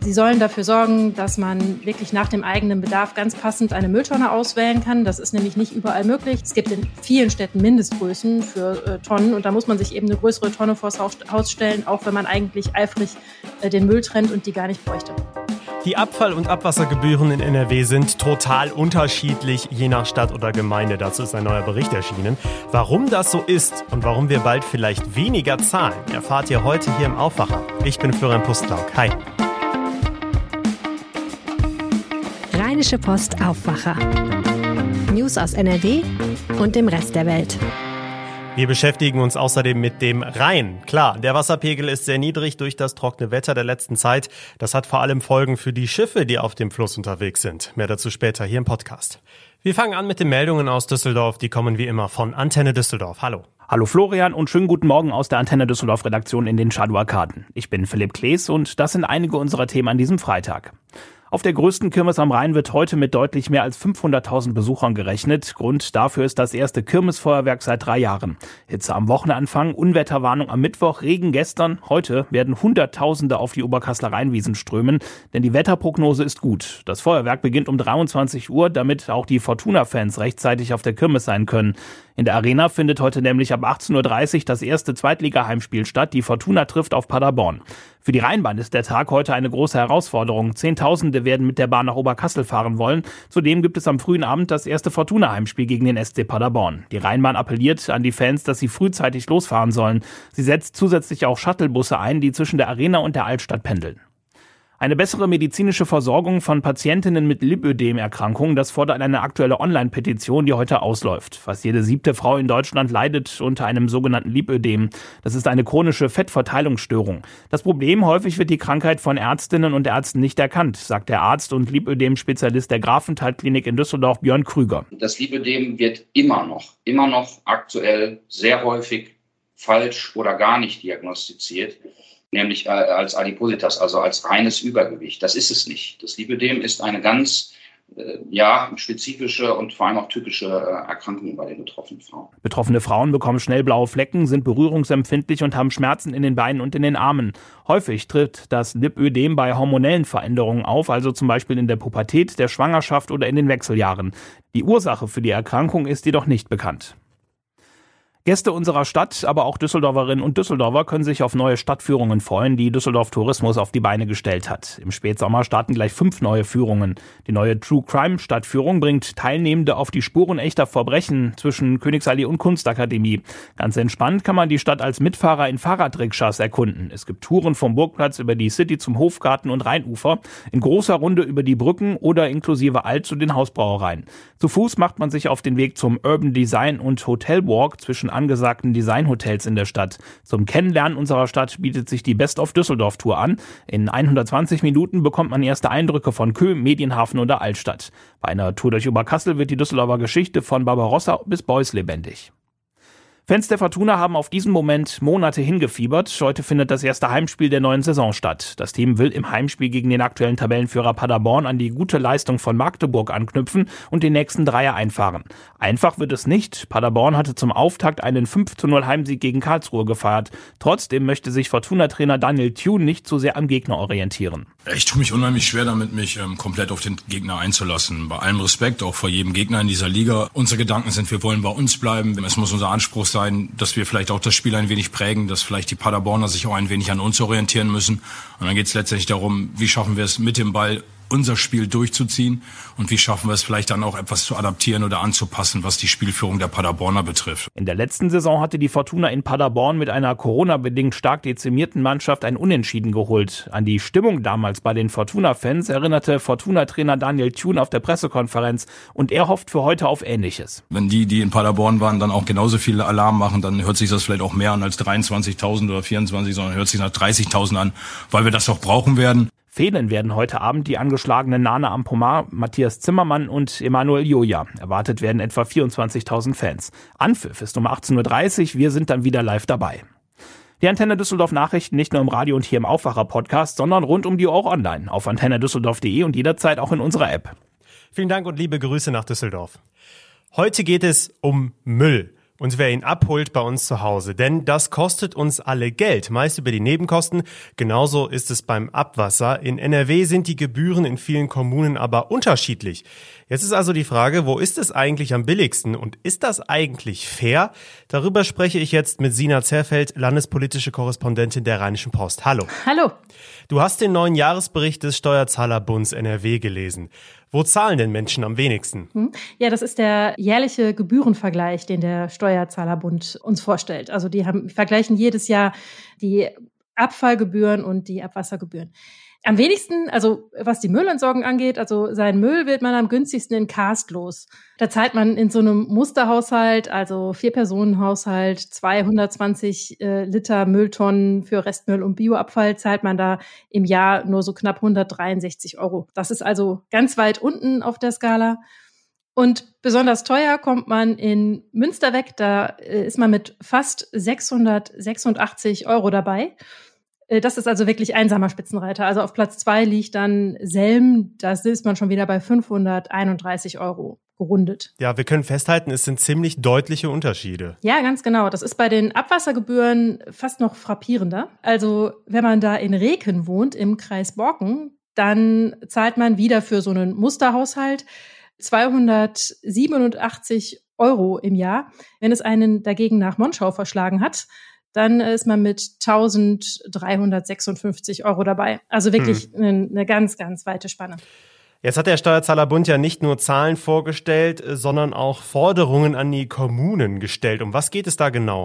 Sie sollen dafür sorgen, dass man wirklich nach dem eigenen Bedarf ganz passend eine Mülltonne auswählen kann. Das ist nämlich nicht überall möglich. Es gibt in vielen Städten Mindestgrößen für Tonnen und da muss man sich eben eine größere Tonne vors Haus stellen, auch wenn man eigentlich eifrig den Müll trennt und die gar nicht bräuchte. Die Abfall- und Abwassergebühren in NRW sind total unterschiedlich, je nach Stadt oder Gemeinde. Dazu ist ein neuer Bericht erschienen. Warum das so ist und warum wir bald vielleicht weniger zahlen, erfahrt ihr heute hier im Aufwacher. Ich bin Florian Pustlauk. Hi. Rheinische Post Aufwacher. News aus NRW und dem Rest der Welt. Wir beschäftigen uns außerdem mit dem Rhein. Klar, der Wasserpegel ist sehr niedrig durch das trockene Wetter der letzten Zeit. Das hat vor allem Folgen für die Schiffe, die auf dem Fluss unterwegs sind. Mehr dazu später hier im Podcast. Wir fangen an mit den Meldungen aus Düsseldorf. Die kommen wie immer von Antenne Düsseldorf. Hallo. Hallo Florian und schönen guten Morgen aus der Antenne Düsseldorf Redaktion in den Shadow Arkaden. Ich bin Philipp Klees und das sind einige unserer Themen an diesem Freitag. Auf der größten Kirmes am Rhein wird heute mit deutlich mehr als 500.000 Besuchern gerechnet. Grund dafür ist das erste Kirmesfeuerwerk seit 3 Jahren. Hitze am Wochenanfang, Unwetterwarnung am Mittwoch, Regen gestern. Heute werden Hunderttausende auf die Oberkassler Rheinwiesen strömen, denn die Wetterprognose ist gut. Das Feuerwerk beginnt um 23 Uhr, damit auch die Fortuna-Fans rechtzeitig auf der Kirmes sein können. In der Arena findet heute nämlich ab 18.30 Uhr das erste Zweitliga-Heimspiel statt. Die Fortuna trifft auf Paderborn. Für die Rheinbahn ist der Tag heute eine große Herausforderung. Zehntausende werden mit der Bahn nach Oberkassel fahren wollen. Zudem gibt es am frühen Abend das erste Fortuna-Heimspiel gegen den SC Paderborn. Die Rheinbahn appelliert an die Fans, dass sie frühzeitig losfahren sollen. Sie setzt zusätzlich auch Shuttlebusse ein, die zwischen der Arena und der Altstadt pendeln. Eine bessere medizinische Versorgung von Patientinnen mit Lipödem-Erkrankungen, das fordert eine aktuelle Online-Petition, die heute ausläuft. Fast jede 7. Frau in Deutschland leidet unter einem sogenannten Lipödem. Das ist eine chronische Fettverteilungsstörung. Das Problem, häufig wird die Krankheit von Ärztinnen und Ärzten nicht erkannt, sagt der Arzt und Lipödem-Spezialist der Grafenthal-Klinik in Düsseldorf, Björn Krüger. Das Lipödem wird immer noch aktuell sehr häufig falsch oder gar nicht diagnostiziert. Nämlich als Adipositas, also als reines Übergewicht. Das ist es nicht. Das Lipödem ist eine ganz spezifische und vor allem auch tückische Erkrankung bei den betroffenen Frauen. Betroffene Frauen bekommen schnell blaue Flecken, sind berührungsempfindlich und haben Schmerzen in den Beinen und in den Armen. Häufig tritt das Lipödem bei hormonellen Veränderungen auf, also zum Beispiel in der Pubertät, der Schwangerschaft oder in den Wechseljahren. Die Ursache für die Erkrankung ist jedoch nicht bekannt. Gäste unserer Stadt, aber auch Düsseldorferinnen und Düsseldorfer können sich auf neue Stadtführungen freuen, die Düsseldorf Tourismus auf die Beine gestellt hat. Im Spätsommer starten gleich 5 neue Führungen. Die neue True Crime Stadtführung bringt Teilnehmende auf die Spuren echter Verbrechen zwischen Königsallee und Kunstakademie. Ganz entspannt kann man die Stadt als Mitfahrer in Fahrradrikschas erkunden. Es gibt Touren vom Burgplatz über die City zum Hofgarten und Rheinufer, in großer Runde über die Brücken oder inklusive Alt zu den Hausbrauereien. Zu Fuß macht man sich auf den Weg zum Urban Design und Hotel Walk zwischen angesagten Designhotels in der Stadt. Zum Kennenlernen unserer Stadt bietet sich die Best of Düsseldorf Tour an. In 120 Minuten bekommt man erste Eindrücke von Kö, Medienhafen oder Altstadt. Bei einer Tour durch Oberkassel wird die Düsseldorfer Geschichte von Barbarossa bis Beuys lebendig. Fans der Fortuna haben auf diesen Moment Monate hingefiebert. Heute findet das erste Heimspiel der neuen Saison statt. Das Team will im Heimspiel gegen den aktuellen Tabellenführer Paderborn an die gute Leistung von Magdeburg anknüpfen und den nächsten Dreier einfahren. Einfach wird es nicht. Paderborn hatte zum Auftakt einen 5:0 Heimsieg gegen Karlsruhe gefeiert. Trotzdem möchte sich Fortuna-Trainer Daniel Thune nicht zu sehr am Gegner orientieren. Ich tue mich unheimlich schwer damit, mich komplett auf den Gegner einzulassen. Bei allem Respekt, auch vor jedem Gegner in dieser Liga. Unsere Gedanken sind, wir wollen bei uns bleiben. Es muss unser Anspruch sein, dass wir vielleicht auch das Spiel ein wenig prägen, dass vielleicht die Paderborner sich auch ein wenig an uns orientieren müssen. Und dann geht es letztendlich darum, wie schaffen wir es mit dem Ball unser Spiel durchzuziehen und wie schaffen wir es vielleicht dann auch etwas zu adaptieren oder anzupassen, was die Spielführung der Paderborner betrifft. In der letzten Saison hatte die Fortuna in Paderborn mit einer Corona-bedingt stark dezimierten Mannschaft ein Unentschieden geholt. An die Stimmung damals bei den Fortuna-Fans erinnerte Fortuna-Trainer Daniel Thune auf der Pressekonferenz und er hofft für heute auf Ähnliches. Wenn die in Paderborn waren, dann auch genauso viel Alarm machen, dann hört sich das vielleicht auch mehr an als 23.000 oder 24, sondern hört sich nach 30.000 an, weil wir das auch brauchen werden. Fehlen werden heute Abend die angeschlagenen Nana Ampomar, Matthias Zimmermann und Emanuel Joja. Erwartet werden etwa 24.000 Fans. Anpfiff ist um 18.30 Uhr, wir sind dann wieder live dabei. Die Antenne Düsseldorf Nachrichten nicht nur im Radio und hier im Aufwacher-Podcast, sondern rund um die Uhr auch online auf antennedüsseldorf.de und jederzeit auch in unserer App. Vielen Dank und liebe Grüße nach Düsseldorf. Heute geht es um Müll. und wer ihn abholt bei uns zu Hause. Denn das kostet uns alle Geld, meist über die Nebenkosten. Genauso ist es beim Abwasser. In NRW sind die Gebühren in vielen Kommunen aber unterschiedlich. Jetzt ist also die Frage, wo ist es eigentlich am billigsten und ist das eigentlich fair? Darüber spreche ich jetzt mit Sina Zerfeld, landespolitische Korrespondentin der Rheinischen Post. Hallo. Hallo. Du hast den neuen Jahresbericht des Steuerzahlerbunds NRW gelesen. Wo zahlen denn Menschen am wenigsten? Ja, das ist der jährliche Gebührenvergleich, den der Steuerzahlerbund uns vorstellt. Also die vergleichen jedes Jahr die Abfallgebühren und die Abwassergebühren. Am wenigsten, also was die Müllentsorgung angeht, also seinen Müll wird man am günstigsten in Karst los. Da zahlt man in so einem Musterhaushalt, also 4-Personen-Haushalt, 220 Liter Mülltonnen für Restmüll und Bioabfall, zahlt man da im Jahr nur so knapp 163 €. Das ist also ganz weit unten auf der Skala. Und besonders teuer kommt man in Münster weg, da ist man mit fast 686 € dabei. Das ist also wirklich einsamer Spitzenreiter. Also auf Platz 2 liegt dann Selm. Da ist man schon wieder bei 531 € gerundet. Ja, wir können festhalten, es sind ziemlich deutliche Unterschiede. Ja, ganz genau. Das ist bei den Abwassergebühren fast noch frappierender. Also wenn man da in Reken wohnt, im Kreis Borken, dann zahlt man wieder für so einen Musterhaushalt 287 € im Jahr. Wenn es einen dagegen nach Monschau verschlagen hat, dann ist man mit 1.356 € dabei. Also wirklich eine ganz, ganz weite Spanne. Jetzt hat der Steuerzahlerbund ja nicht nur Zahlen vorgestellt, sondern auch Forderungen an die Kommunen gestellt. Um was geht es da genau?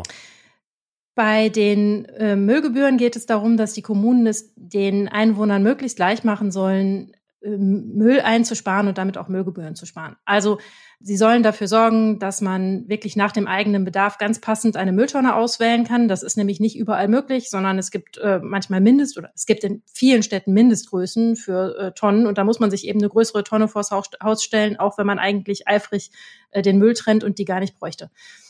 Bei den Müllgebühren geht es darum, dass die Kommunen es den Einwohnern möglichst leicht machen sollen, Müll einzusparen und damit auch Müllgebühren zu sparen. Also sie sollen dafür sorgen, dass man wirklich nach dem eigenen Bedarf ganz passend eine Mülltonne auswählen kann. Das ist nämlich nicht überall möglich, sondern es gibt manchmal es gibt in vielen Städten Mindestgrößen für Tonnen und da muss man sich eben eine größere Tonne vors Haus stellen, auch wenn man eigentlich eifrig den Müll trennt und die gar nicht bräuchte.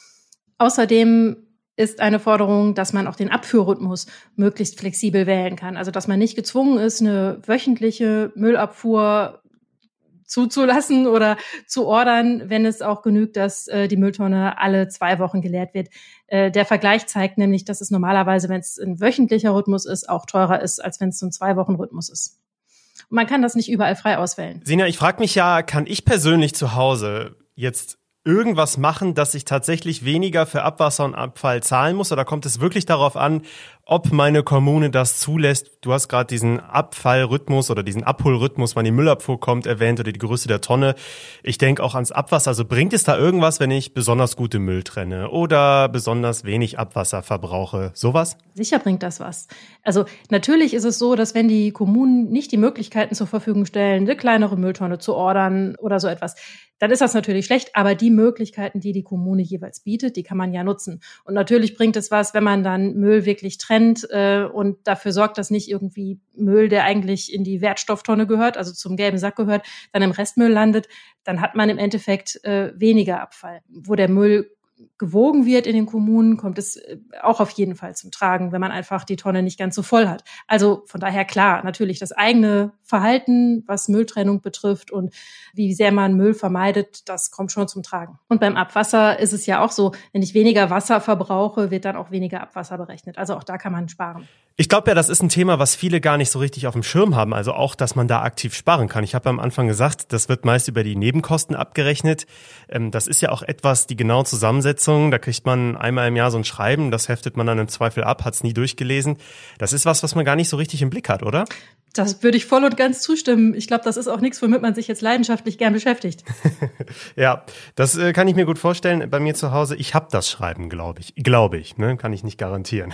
Außerdem ist eine Forderung, dass man auch den Abfuhrrhythmus möglichst flexibel wählen kann. Also dass man nicht gezwungen ist, eine wöchentliche Müllabfuhr zuzulassen oder zu ordern, wenn es auch genügt, dass die Mülltonne alle 2 Wochen geleert wird. Der Vergleich zeigt nämlich, dass es normalerweise, wenn es ein wöchentlicher Rhythmus ist, auch teurer ist, als wenn es so ein 2-Wochen-Rhythmus ist. Und man kann das nicht überall frei auswählen. Sina, ich frage mich ja, kann ich persönlich zu Hause jetzt irgendwas machen, dass ich tatsächlich weniger für Abwasser und Abfall zahlen muss? Oder kommt es wirklich darauf an, ob meine Kommune das zulässt? Du hast gerade diesen Abfallrhythmus oder diesen Abholrhythmus, wann die Müllabfuhr kommt, erwähnt oder die Größe der Tonne. Ich denke auch ans Abwasser. Also bringt es da irgendwas, wenn ich besonders gute Müll trenne oder besonders wenig Abwasser verbrauche? Sowas? Sicher bringt das was. Also natürlich ist es so, dass wenn die Kommunen nicht die Möglichkeiten zur Verfügung stellen, eine kleinere Mülltonne zu ordern oder so etwas, dann ist das natürlich schlecht, aber die Möglichkeiten, die die Kommune jeweils bietet, die kann man ja nutzen. Und natürlich bringt es was, wenn man dann Müll wirklich trennt und dafür sorgt, dass nicht irgendwie Müll, der eigentlich in die Wertstofftonne gehört, also zum gelben Sack gehört, dann im Restmüll landet, dann hat man im Endeffekt weniger Abfall. Wo der Müll gewogen wird in den Kommunen, kommt es auch auf jeden Fall zum Tragen, wenn man einfach die Tonne nicht ganz so voll hat. Also von daher klar, natürlich das eigene Verhalten, was Mülltrennung betrifft und wie sehr man Müll vermeidet, das kommt schon zum Tragen. Und beim Abwasser ist es ja auch so, wenn ich weniger Wasser verbrauche, wird dann auch weniger Abwasser berechnet. Also auch da kann man sparen. Ich glaube ja, das ist ein Thema, was viele gar nicht so richtig auf dem Schirm haben. Also auch, dass man da aktiv sparen kann. Ich habe am Anfang gesagt, das wird meist über die Nebenkosten abgerechnet. Das ist ja auch etwas, die genaue Zusammensetzung. Da kriegt man einmal im Jahr so ein Schreiben, das heftet man dann im Zweifel ab, hat es nie durchgelesen. Das ist was man gar nicht so richtig im Blick hat, oder? Das würde ich voll und ganz zustimmen. Ich glaube, das ist auch nichts, womit man sich jetzt leidenschaftlich gern beschäftigt. Ja, das kann ich mir gut vorstellen. Bei mir zu Hause, ich habe das Schreiben, glaube ich, ne? Kann ich nicht garantieren.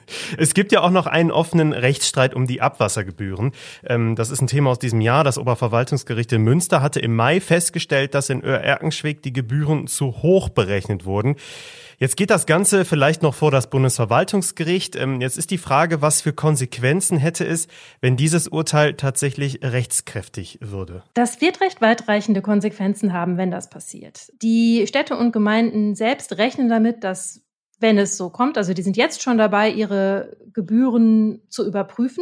Es gibt ja auch noch einen offenen Rechtsstreit um die Abwassergebühren. Das ist ein Thema aus diesem Jahr. Das Oberverwaltungsgericht in Münster hatte im Mai festgestellt, dass in Oer-Erkenschwick die Gebühren zu hoch berechnet wurden. Jetzt geht das Ganze vielleicht noch vor das Bundesverwaltungsgericht. Jetzt ist die Frage, was für Konsequenzen hätte es, wenn dieses Urteil tatsächlich rechtskräftig würde? Das wird recht weitreichende Konsequenzen haben, wenn das passiert. Die Städte und Gemeinden selbst rechnen damit, dass, wenn es so kommt, also die sind jetzt schon dabei, ihre Gebühren zu überprüfen.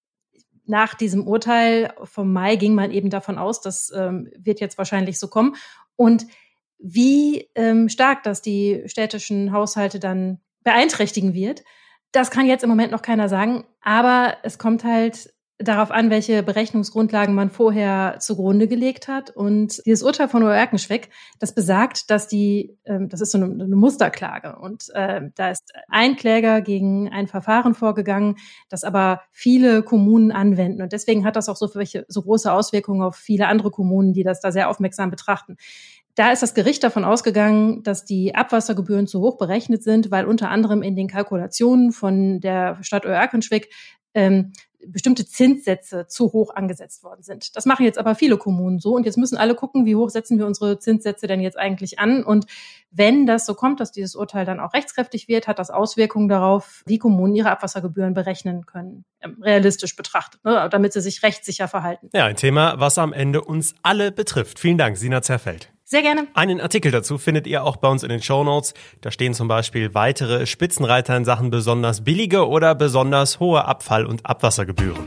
Nach diesem Urteil vom Mai ging man eben davon aus, das wird jetzt wahrscheinlich so kommen. Und Wie stark das die städtischen Haushalte dann beeinträchtigen wird, das kann jetzt im Moment noch keiner sagen. Aber es kommt halt darauf an, welche Berechnungsgrundlagen man vorher zugrunde gelegt hat. Und dieses Urteil von Oerkenschwick, das besagt, dass das ist so eine Musterklage. Und da ist ein Kläger gegen ein Verfahren vorgegangen, das aber viele Kommunen anwenden. Und deswegen hat das auch so große Auswirkungen auf viele andere Kommunen, die das da sehr aufmerksam betrachten. Da ist das Gericht davon ausgegangen, dass die Abwassergebühren zu hoch berechnet sind, weil unter anderem in den Kalkulationen von der Stadt Oerkenschwick bestimmte Zinssätze zu hoch angesetzt worden sind. Das machen jetzt aber viele Kommunen so und jetzt müssen alle gucken, wie hoch setzen wir unsere Zinssätze denn jetzt eigentlich an. Und wenn das so kommt, dass dieses Urteil dann auch rechtskräftig wird, hat das Auswirkungen darauf, wie Kommunen ihre Abwassergebühren berechnen können, realistisch betrachtet, ne, damit sie sich rechtssicher verhalten. Ja, ein Thema, was am Ende uns alle betrifft. Vielen Dank, Sina Zerfeld. Sehr gerne. Einen Artikel dazu findet ihr auch bei uns in den Shownotes. Da stehen zum Beispiel weitere Spitzenreiter in Sachen besonders billige oder besonders hohe Abfall- und Abwassergebühren.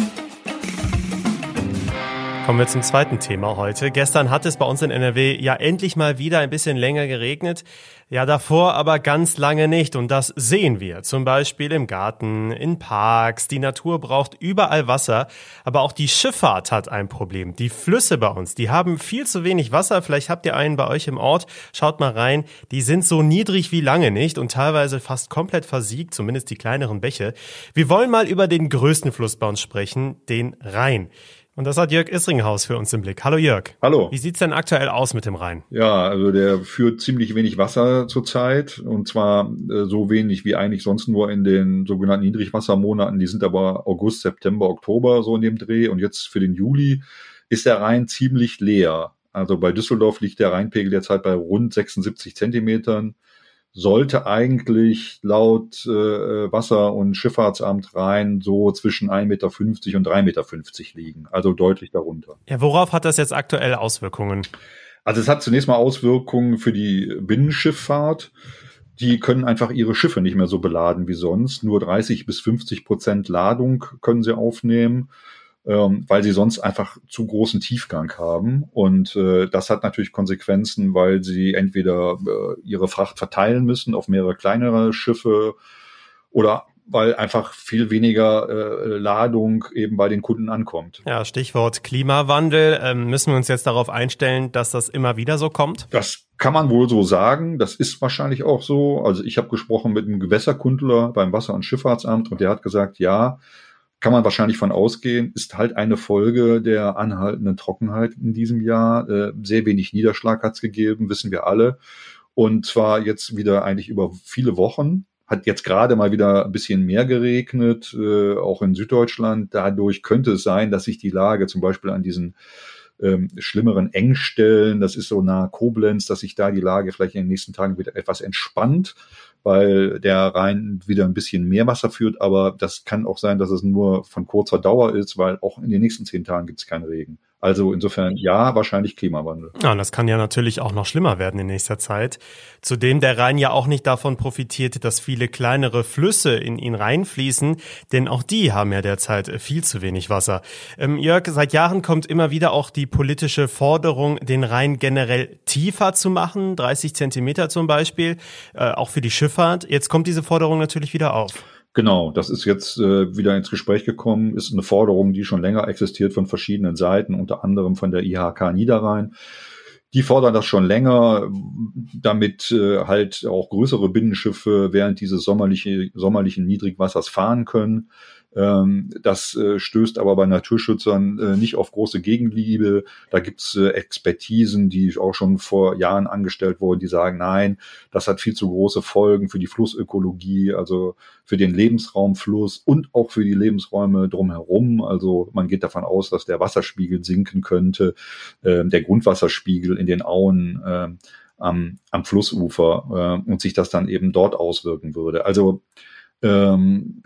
Kommen wir zum zweiten Thema heute. Gestern hat es bei uns in NRW ja endlich mal wieder ein bisschen länger geregnet. Ja, davor aber ganz lange nicht. Und das sehen wir. Zum Beispiel im Garten, in Parks. Die Natur braucht überall Wasser. Aber auch die Schifffahrt hat ein Problem. Die Flüsse bei uns, die haben viel zu wenig Wasser. Vielleicht habt ihr einen bei euch im Ort. Schaut mal rein. Die sind so niedrig wie lange nicht und teilweise fast komplett versiegt, zumindest die kleineren Bäche. Wir wollen mal über den größten Fluss bei uns sprechen, den Rhein. Und das hat Jörg Isringhaus für uns im Blick. Hallo Jörg. Hallo. Wie sieht's denn aktuell aus mit dem Rhein? Ja, also der führt ziemlich wenig Wasser zurzeit und zwar so wenig wie eigentlich sonst nur in den sogenannten Niedrigwassermonaten. Die sind aber August, September, Oktober so in dem Dreh und jetzt für den Juli ist der Rhein ziemlich leer. Also bei Düsseldorf liegt der Rheinpegel derzeit bei rund 76 Zentimetern. Sollte eigentlich laut Wasser- und Schifffahrtsamt Rhein so zwischen 1,50 Meter und 3,50 Meter liegen, also deutlich darunter. Ja, worauf hat das jetzt aktuell Auswirkungen? Also es hat zunächst mal Auswirkungen für die Binnenschifffahrt. Die können einfach ihre Schiffe nicht mehr so beladen wie sonst. Nur 30-50% Ladung können sie aufnehmen, weil sie sonst einfach zu großen Tiefgang haben. Und das hat natürlich Konsequenzen, weil sie entweder ihre Fracht verteilen müssen auf mehrere kleinere Schiffe oder weil einfach viel weniger Ladung eben bei den Kunden ankommt. Ja, Stichwort Klimawandel. Müssen wir uns jetzt darauf einstellen, dass das immer wieder so kommt? Das kann man wohl so sagen. Das ist wahrscheinlich auch so. Also ich habe gesprochen mit einem Gewässerkundler beim Wasser- und Schifffahrtsamt und der hat gesagt, ja, kann man wahrscheinlich von ausgehen, ist halt eine Folge der anhaltenden Trockenheit in diesem Jahr. Sehr wenig Niederschlag hat es gegeben, wissen wir alle. Und zwar jetzt wieder eigentlich über viele Wochen. Hat jetzt gerade mal wieder ein bisschen mehr geregnet, auch in Süddeutschland. Dadurch könnte es sein, dass sich die Lage zum Beispiel an diesen schlimmeren Engstellen, das ist so nahe Koblenz, dass sich da die Lage vielleicht in den nächsten Tagen wieder etwas entspannt, weil der Rhein wieder ein bisschen mehr Wasser führt, aber das kann auch sein, dass es nur von kurzer Dauer ist, weil auch in den nächsten 10 Tagen gibt es keinen Regen. Also insofern ja, wahrscheinlich Klimawandel. Ja, und das kann ja natürlich auch noch schlimmer werden in nächster Zeit. Zudem der Rhein ja auch nicht davon profitiert, dass viele kleinere Flüsse in ihn reinfließen, denn auch die haben ja derzeit viel zu wenig Wasser. Jörg, seit Jahren kommt immer wieder auch die politische Forderung, den Rhein generell tiefer zu machen, 30 Zentimeter zum Beispiel, auch für die Schifffahrt. Jetzt kommt diese Forderung natürlich wieder auf. Genau, das ist jetzt wieder ins Gespräch gekommen, ist eine Forderung, die schon länger existiert von verschiedenen Seiten, unter anderem von der IHK Niederrhein. Die fordern das schon länger, damit halt auch größere Binnenschiffe während dieses sommerlichen Niedrigwassers fahren können. Das stößt aber bei Naturschützern nicht auf große Gegenliebe. Da gibt's Expertisen, die auch schon vor Jahren angestellt wurden, die sagen, nein, das hat viel zu große Folgen für die Flussökologie, also für den Lebensraumfluss und auch für die Lebensräume drumherum. Also man geht davon aus, dass der Wasserspiegel sinken könnte, der Grundwasserspiegel in den Auen am Flussufer und sich das dann eben dort auswirken würde. Also da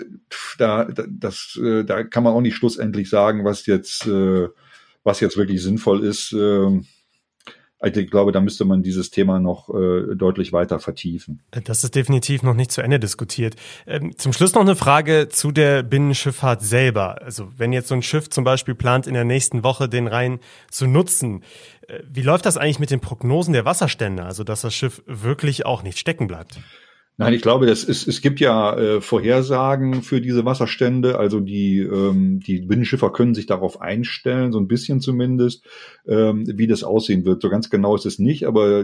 kann man auch nicht schlussendlich sagen, was jetzt wirklich sinnvoll ist. Ich glaube, da müsste man dieses Thema noch deutlich weiter vertiefen. Das ist definitiv noch nicht zu Ende diskutiert. Zum Schluss noch eine Frage zu der Binnenschifffahrt selber. Also wenn jetzt so ein Schiff zum Beispiel plant, in der nächsten Woche den Rhein zu nutzen, wie läuft das eigentlich mit den Prognosen der Wasserstände? Also dass das Schiff wirklich auch nicht stecken bleibt? Nein, ich glaube, es gibt ja Vorhersagen für diese Wasserstände. Also die Binnenschiffer können sich darauf einstellen, so ein bisschen zumindest, wie das aussehen wird. So ganz genau ist es nicht, aber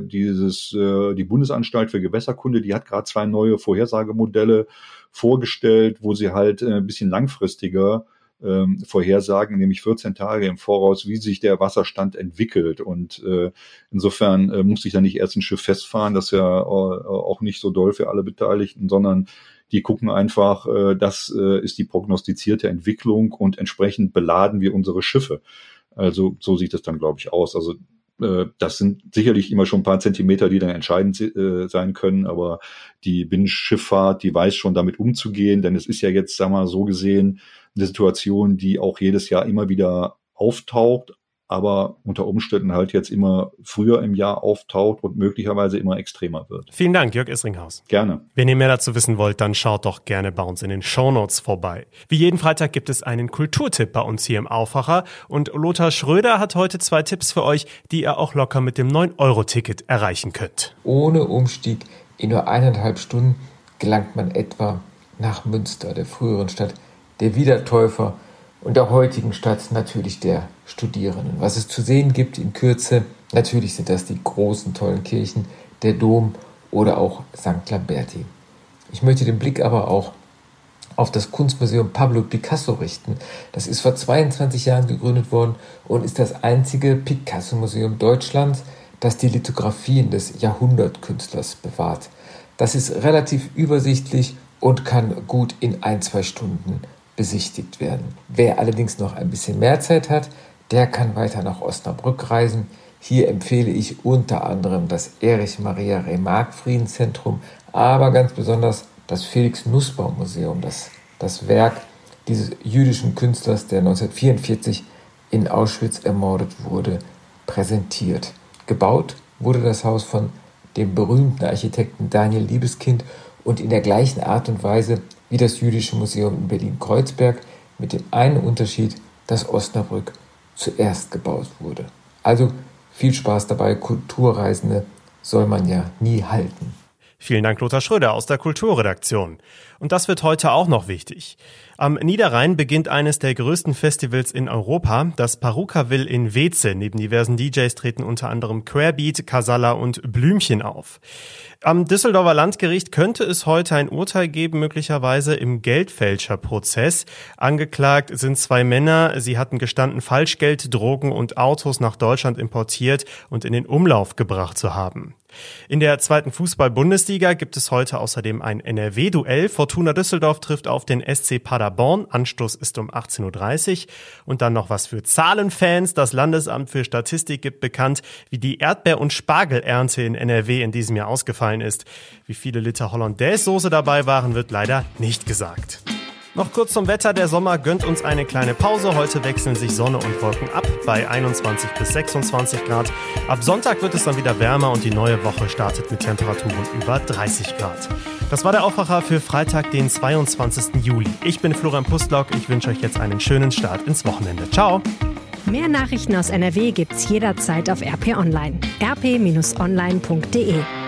die Bundesanstalt für Gewässerkunde, die hat gerade 2 neue Vorhersagemodelle vorgestellt, wo sie halt ein bisschen langfristiger vorhersagen, nämlich 14 Tage im Voraus, wie sich der Wasserstand entwickelt. Und insofern muss sich da nicht erst ein Schiff festfahren, das ist ja auch nicht so doll für alle Beteiligten, sondern die gucken einfach, das ist die prognostizierte Entwicklung und entsprechend beladen wir unsere Schiffe. Also so sieht das dann, glaube ich, aus. Also das sind sicherlich immer schon ein paar Zentimeter, die dann entscheidend sein können, aber die Binnenschifffahrt, die weiß schon damit umzugehen, denn es ist ja jetzt, sagen wir mal, so gesehen eine Situation, die auch jedes Jahr immer wieder auftaucht, aber unter Umständen halt jetzt immer früher im Jahr auftaucht und möglicherweise immer extremer wird. Vielen Dank, Jörg Isringhaus. Gerne. Wenn ihr mehr dazu wissen wollt, dann schaut doch gerne bei uns in den Shownotes vorbei. Wie jeden Freitag gibt es einen Kulturtipp bei uns hier im Aufwacher und Lothar Schröder hat heute 2 Tipps für euch, die ihr auch locker mit dem 9-Euro-Ticket erreichen könnt. Ohne Umstieg in nur 1,5 Stunden gelangt man etwa nach Münster, der früheren Stadt der Wiedertäufer und der heutigen Stadt natürlich der Studierenden. Was es zu sehen gibt in Kürze, natürlich sind das die großen, tollen Kirchen, der Dom oder auch St. Lamberti. Ich möchte den Blick aber auch auf das Kunstmuseum Pablo Picasso richten. Das ist vor 22 Jahren gegründet worden und ist das einzige Picasso-Museum Deutschlands, das die Lithografien des Jahrhundertkünstlers bewahrt. Das ist relativ übersichtlich und kann gut in 1-2 Stunden besichtigt werden. Wer allerdings noch ein bisschen mehr Zeit hat, der kann weiter nach Osnabrück reisen. Hier empfehle ich unter anderem das Erich Maria Remarque Friedenszentrum, aber ganz besonders das Felix Nussbaum Museum, das Werk dieses jüdischen Künstlers, der 1944 in Auschwitz ermordet wurde, präsentiert. Gebaut wurde das Haus von dem berühmten Architekten Daniel Liebeskind und in der gleichen Art und Weise wie das Jüdische Museum in Berlin-Kreuzberg, mit dem einen Unterschied, dass Osnabrück zuerst gebaut wurde. Also viel Spaß dabei, Kulturreisende soll man ja nie halten. Vielen Dank, Lothar Schröder aus der Kulturredaktion. Und das wird heute auch noch wichtig. Am Niederrhein beginnt eines der größten Festivals in Europa, das Parukaville in Weeze. Neben diversen DJs treten unter anderem Querbeat, Casalla und Blümchen auf. Am Düsseldorfer Landgericht könnte es heute ein Urteil geben, möglicherweise im Geldfälscherprozess. Angeklagt sind 2 Männer. Sie hatten gestanden, Falschgeld, Drogen und Autos nach Deutschland importiert und in den Umlauf gebracht zu haben. In der 2. Fußball-Bundesliga gibt es heute außerdem ein NRW-Duell. Fortuna Düsseldorf trifft auf den SC Paderborn. Anstoß ist um 18.30 Uhr. Und dann noch was für Zahlenfans. Das Landesamt für Statistik gibt bekannt, wie die Erdbeer- und Spargelernte in NRW in diesem Jahr ausgefallen ist. Wie viele Liter Hollandaise-Soße dabei waren, wird leider nicht gesagt. Noch kurz zum Wetter. Der Sommer gönnt uns eine kleine Pause. Heute wechseln sich Sonne und Wolken ab bei 21 bis 26 Grad. Ab Sonntag wird es dann wieder wärmer und die neue Woche startet mit Temperaturen über 30 Grad. Das war der Aufwacher für Freitag, den 22. Juli. Ich bin Florian Pustlauk. Ich wünsche euch jetzt einen schönen Start ins Wochenende. Ciao! Mehr Nachrichten aus NRW gibt's jederzeit auf RP Online. rp-online.de